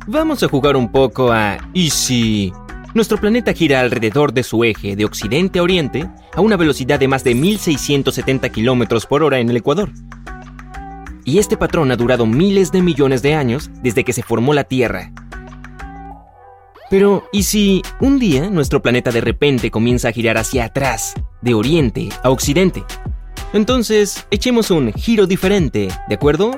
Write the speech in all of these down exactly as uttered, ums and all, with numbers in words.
Vamos a jugar un poco a ¿y si? Nuestro planeta gira alrededor de su eje de occidente a oriente a una velocidad de más de mil seiscientos setenta kilómetros por hora en el ecuador. Y este patrón ha durado miles de millones de años desde que se formó la Tierra. Pero, ¿y si un día nuestro planeta de repente comienza a girar hacia atrás, de oriente a occidente? Entonces, echemos un giro diferente, ¿de acuerdo?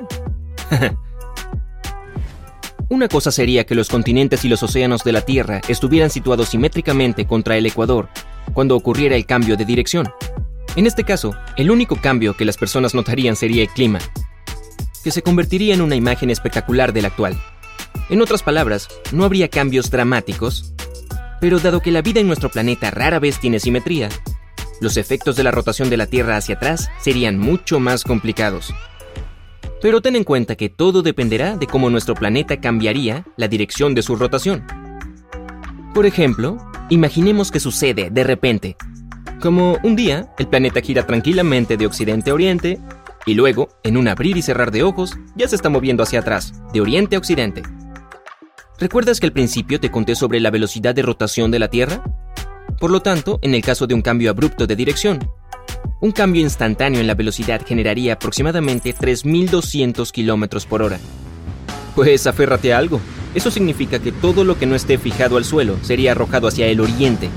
Una cosa sería que los continentes y los océanos de la Tierra estuvieran situados simétricamente contra el ecuador cuando ocurriera el cambio de dirección. En este caso, el único cambio que las personas notarían sería el clima, que se convertiría en una imagen espectacular del actual. En otras palabras, no habría cambios dramáticos, pero dado que la vida en nuestro planeta rara vez tiene simetría, los efectos de la rotación de la Tierra hacia atrás serían mucho más complicados. Pero ten en cuenta que todo dependerá de cómo nuestro planeta cambiaría la dirección de su rotación. Por ejemplo, imaginemos que sucede de repente, como un día el planeta gira tranquilamente de occidente a oriente, y luego, en un abrir y cerrar de ojos, ya se está moviendo hacia atrás, de oriente a occidente. ¿Recuerdas que al principio te conté sobre la velocidad de rotación de la Tierra? Por lo tanto, en el caso de un cambio abrupto de dirección, un cambio instantáneo en la velocidad generaría aproximadamente tres mil doscientos kilómetros por hora. Pues aférrate a algo. Eso significa que todo lo que no esté fijado al suelo sería arrojado hacia el oriente.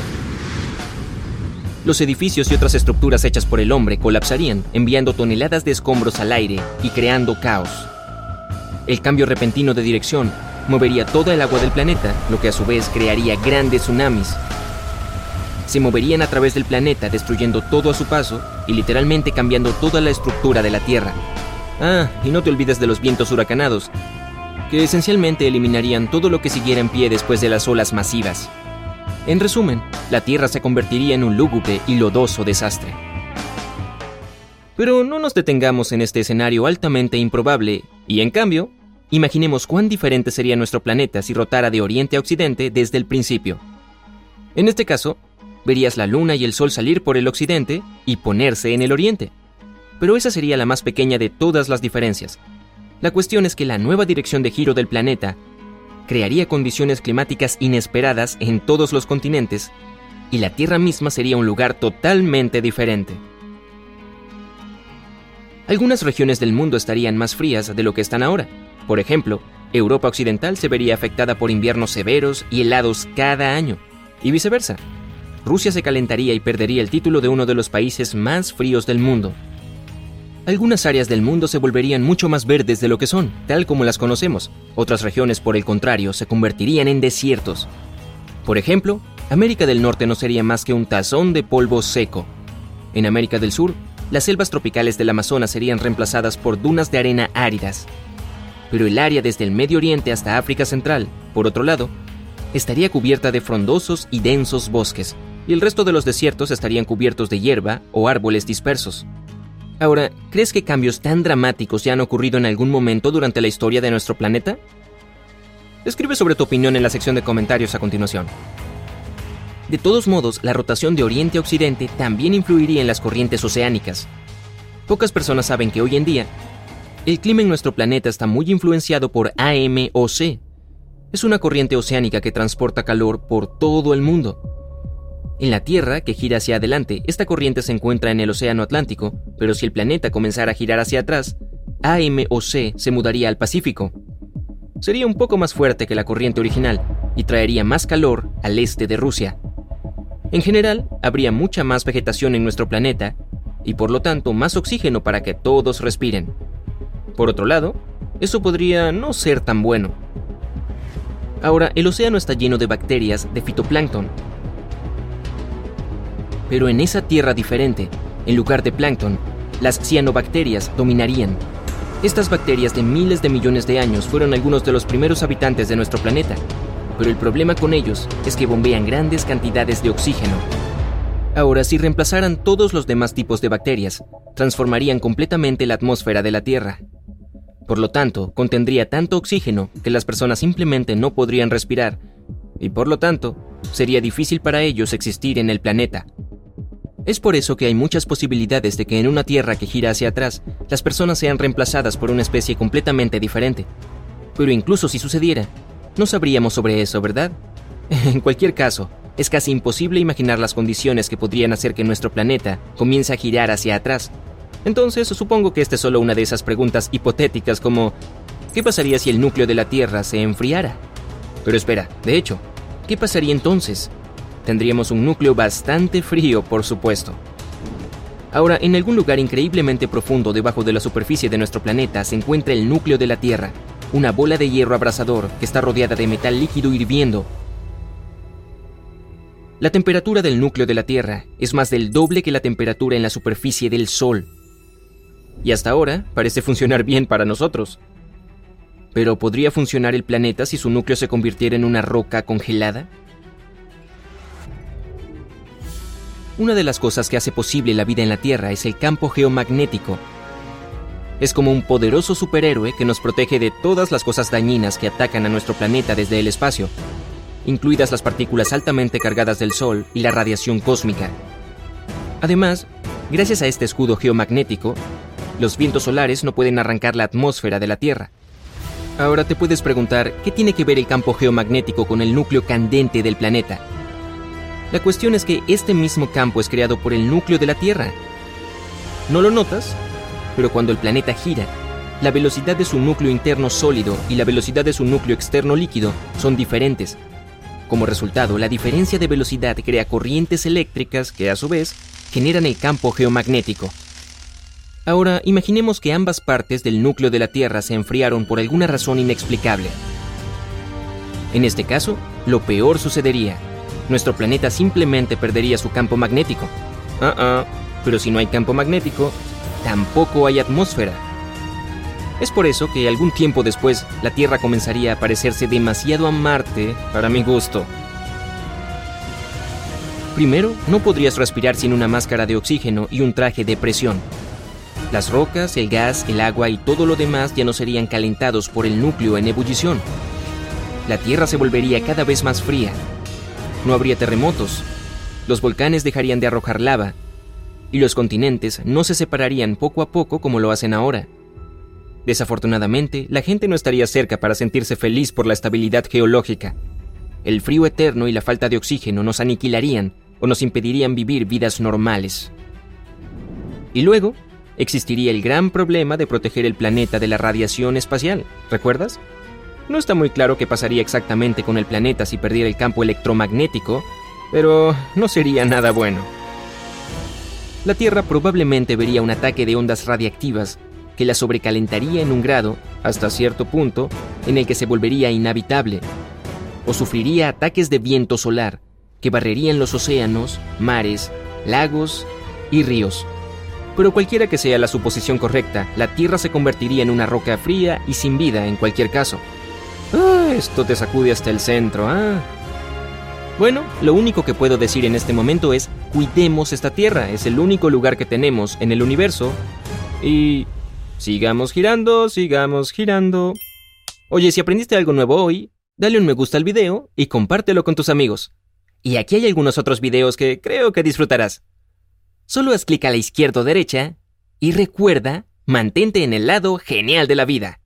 Los edificios y otras estructuras hechas por el hombre colapsarían, enviando toneladas de escombros al aire y creando caos. El cambio repentino de dirección movería toda el agua del planeta, lo que a su vez crearía grandes tsunamis. Se moverían a través del planeta, destruyendo todo a su paso y literalmente cambiando toda la estructura de la Tierra. Ah, y no te olvides de los vientos huracanados, que esencialmente eliminarían todo lo que siguiera en pie después de las olas masivas. En resumen, la Tierra se convertiría en un lúgubre y lodoso desastre. Pero no nos detengamos en este escenario altamente improbable, y en cambio, imaginemos cuán diferente sería nuestro planeta si rotara de oriente a occidente desde el principio. En este caso, verías la luna y el sol salir por el occidente y ponerse en el oriente. Pero esa sería la más pequeña de todas las diferencias. La cuestión es que la nueva dirección de giro del planeta crearía condiciones climáticas inesperadas en todos los continentes y la Tierra misma sería un lugar totalmente diferente. Algunas regiones del mundo estarían más frías de lo que están ahora. Por ejemplo, Europa Occidental se vería afectada por inviernos severos y helados cada año, y viceversa. Rusia se calentaría y perdería el título de uno de los países más fríos del mundo. Algunas áreas del mundo se volverían mucho más verdes de lo que son, tal como las conocemos. Otras regiones, por el contrario, se convertirían en desiertos. Por ejemplo, América del Norte no sería más que un tazón de polvo seco. En América del Sur, las selvas tropicales del Amazonas serían reemplazadas por dunas de arena áridas. Pero el área desde el Medio Oriente hasta África Central, por otro lado, estaría cubierta de frondosos y densos bosques, y el resto de los desiertos estarían cubiertos de hierba o árboles dispersos. Ahora, ¿crees que cambios tan dramáticos ya han ocurrido en algún momento durante la historia de nuestro planeta? Escribe sobre tu opinión en la sección de comentarios a continuación. De todos modos, la rotación de oriente a occidente también influiría en las corrientes oceánicas. Pocas personas saben que hoy en día, el clima en nuestro planeta está muy influenciado por A M O C. Es una corriente oceánica que transporta calor por todo el mundo. En la Tierra, que gira hacia adelante, esta corriente se encuentra en el Océano Atlántico, pero si el planeta comenzara a girar hacia atrás, A M O C se mudaría al Pacífico. Sería un poco más fuerte que la corriente original y traería más calor al este de Rusia. En general, habría mucha más vegetación en nuestro planeta y por lo tanto más oxígeno para que todos respiren. Por otro lado, eso podría no ser tan bueno. Ahora, el océano está lleno de bacterias de fitoplancton. Pero en esa tierra diferente, en lugar de plancton, las cianobacterias dominarían. Estas bacterias de miles de millones de años fueron algunos de los primeros habitantes de nuestro planeta, pero el problema con ellos es que bombean grandes cantidades de oxígeno. Ahora, si reemplazaran todos los demás tipos de bacterias, transformarían completamente la atmósfera de la Tierra. Por lo tanto, contendría tanto oxígeno que las personas simplemente no podrían respirar, y por lo tanto, sería difícil para ellos existir en el planeta. Es por eso que hay muchas posibilidades de que en una Tierra que gira hacia atrás, las personas sean reemplazadas por una especie completamente diferente. Pero incluso si sucediera, no sabríamos sobre eso, ¿verdad? En cualquier caso, es casi imposible imaginar las condiciones que podrían hacer que nuestro planeta comience a girar hacia atrás. Entonces, supongo que esta es solo una de esas preguntas hipotéticas como ¿qué pasaría si el núcleo de la Tierra se enfriara? Pero espera, de hecho, ¿qué pasaría entonces? Tendríamos un núcleo bastante frío, por supuesto. Ahora, en algún lugar increíblemente profundo debajo de la superficie de nuestro planeta se encuentra el núcleo de la Tierra, una bola de hierro abrasador que está rodeada de metal líquido hirviendo. La temperatura del núcleo de la Tierra es más del doble que la temperatura en la superficie del Sol. Y hasta ahora parece funcionar bien para nosotros. ¿Pero podría funcionar el planeta si su núcleo se convirtiera en una roca congelada? Una de las cosas que hace posible la vida en la Tierra es el campo geomagnético. Es como un poderoso superhéroe que nos protege de todas las cosas dañinas que atacan a nuestro planeta desde el espacio, incluidas las partículas altamente cargadas del Sol y la radiación cósmica. Además, gracias a este escudo geomagnético, los vientos solares no pueden arrancar la atmósfera de la Tierra. Ahora te puedes preguntar, ¿qué tiene que ver el campo geomagnético con el núcleo candente del planeta? La cuestión es que este mismo campo es creado por el núcleo de la Tierra. ¿No lo notas? Pero cuando el planeta gira, la velocidad de su núcleo interno sólido y la velocidad de su núcleo externo líquido son diferentes. Como resultado, la diferencia de velocidad crea corrientes eléctricas que, a su vez, generan el campo geomagnético. Ahora, imaginemos que ambas partes del núcleo de la Tierra se enfriaron por alguna razón inexplicable. En este caso, lo peor sucedería. Nuestro planeta simplemente perdería su campo magnético. Ah, ah, pero si no hay campo magnético, tampoco hay atmósfera. Es por eso que algún tiempo después la Tierra comenzaría a parecerse demasiado a Marte para mi gusto. Primero, no podrías respirar sin una máscara de oxígeno y un traje de presión. Las rocas, el gas, el agua y todo lo demás ya no serían calentados por el núcleo en ebullición. La Tierra se volvería cada vez más fría. No habría terremotos. Los volcanes dejarían de arrojar lava. Y los continentes no se separarían poco a poco como lo hacen ahora. Desafortunadamente, la gente no estaría cerca para sentirse feliz por la estabilidad geológica. El frío eterno y la falta de oxígeno nos aniquilarían o nos impedirían vivir vidas normales. Y luego, existiría el gran problema de proteger el planeta de la radiación espacial, ¿recuerdas? No está muy claro qué pasaría exactamente con el planeta si perdiera el campo electromagnético, pero no sería nada bueno. La Tierra probablemente vería un ataque de ondas radiactivas que la sobrecalentaría en un grado, hasta cierto punto, en el que se volvería inhabitable, o sufriría ataques de viento solar que barrerían los océanos, mares, lagos y ríos. Pero cualquiera que sea la suposición correcta, la Tierra se convertiría en una roca fría y sin vida en cualquier caso. Ah, esto te sacude hasta el centro, ¿ah? Bueno, lo único que puedo decir en este momento es, cuidemos esta Tierra, es el único lugar que tenemos en el universo. Y sigamos girando, sigamos girando. Oye, si aprendiste algo nuevo hoy, dale un me gusta al video y compártelo con tus amigos. Y aquí hay algunos otros videos que creo que disfrutarás. Solo haz clic a la izquierda o derecha y recuerda, mantente en el lado genial de la vida.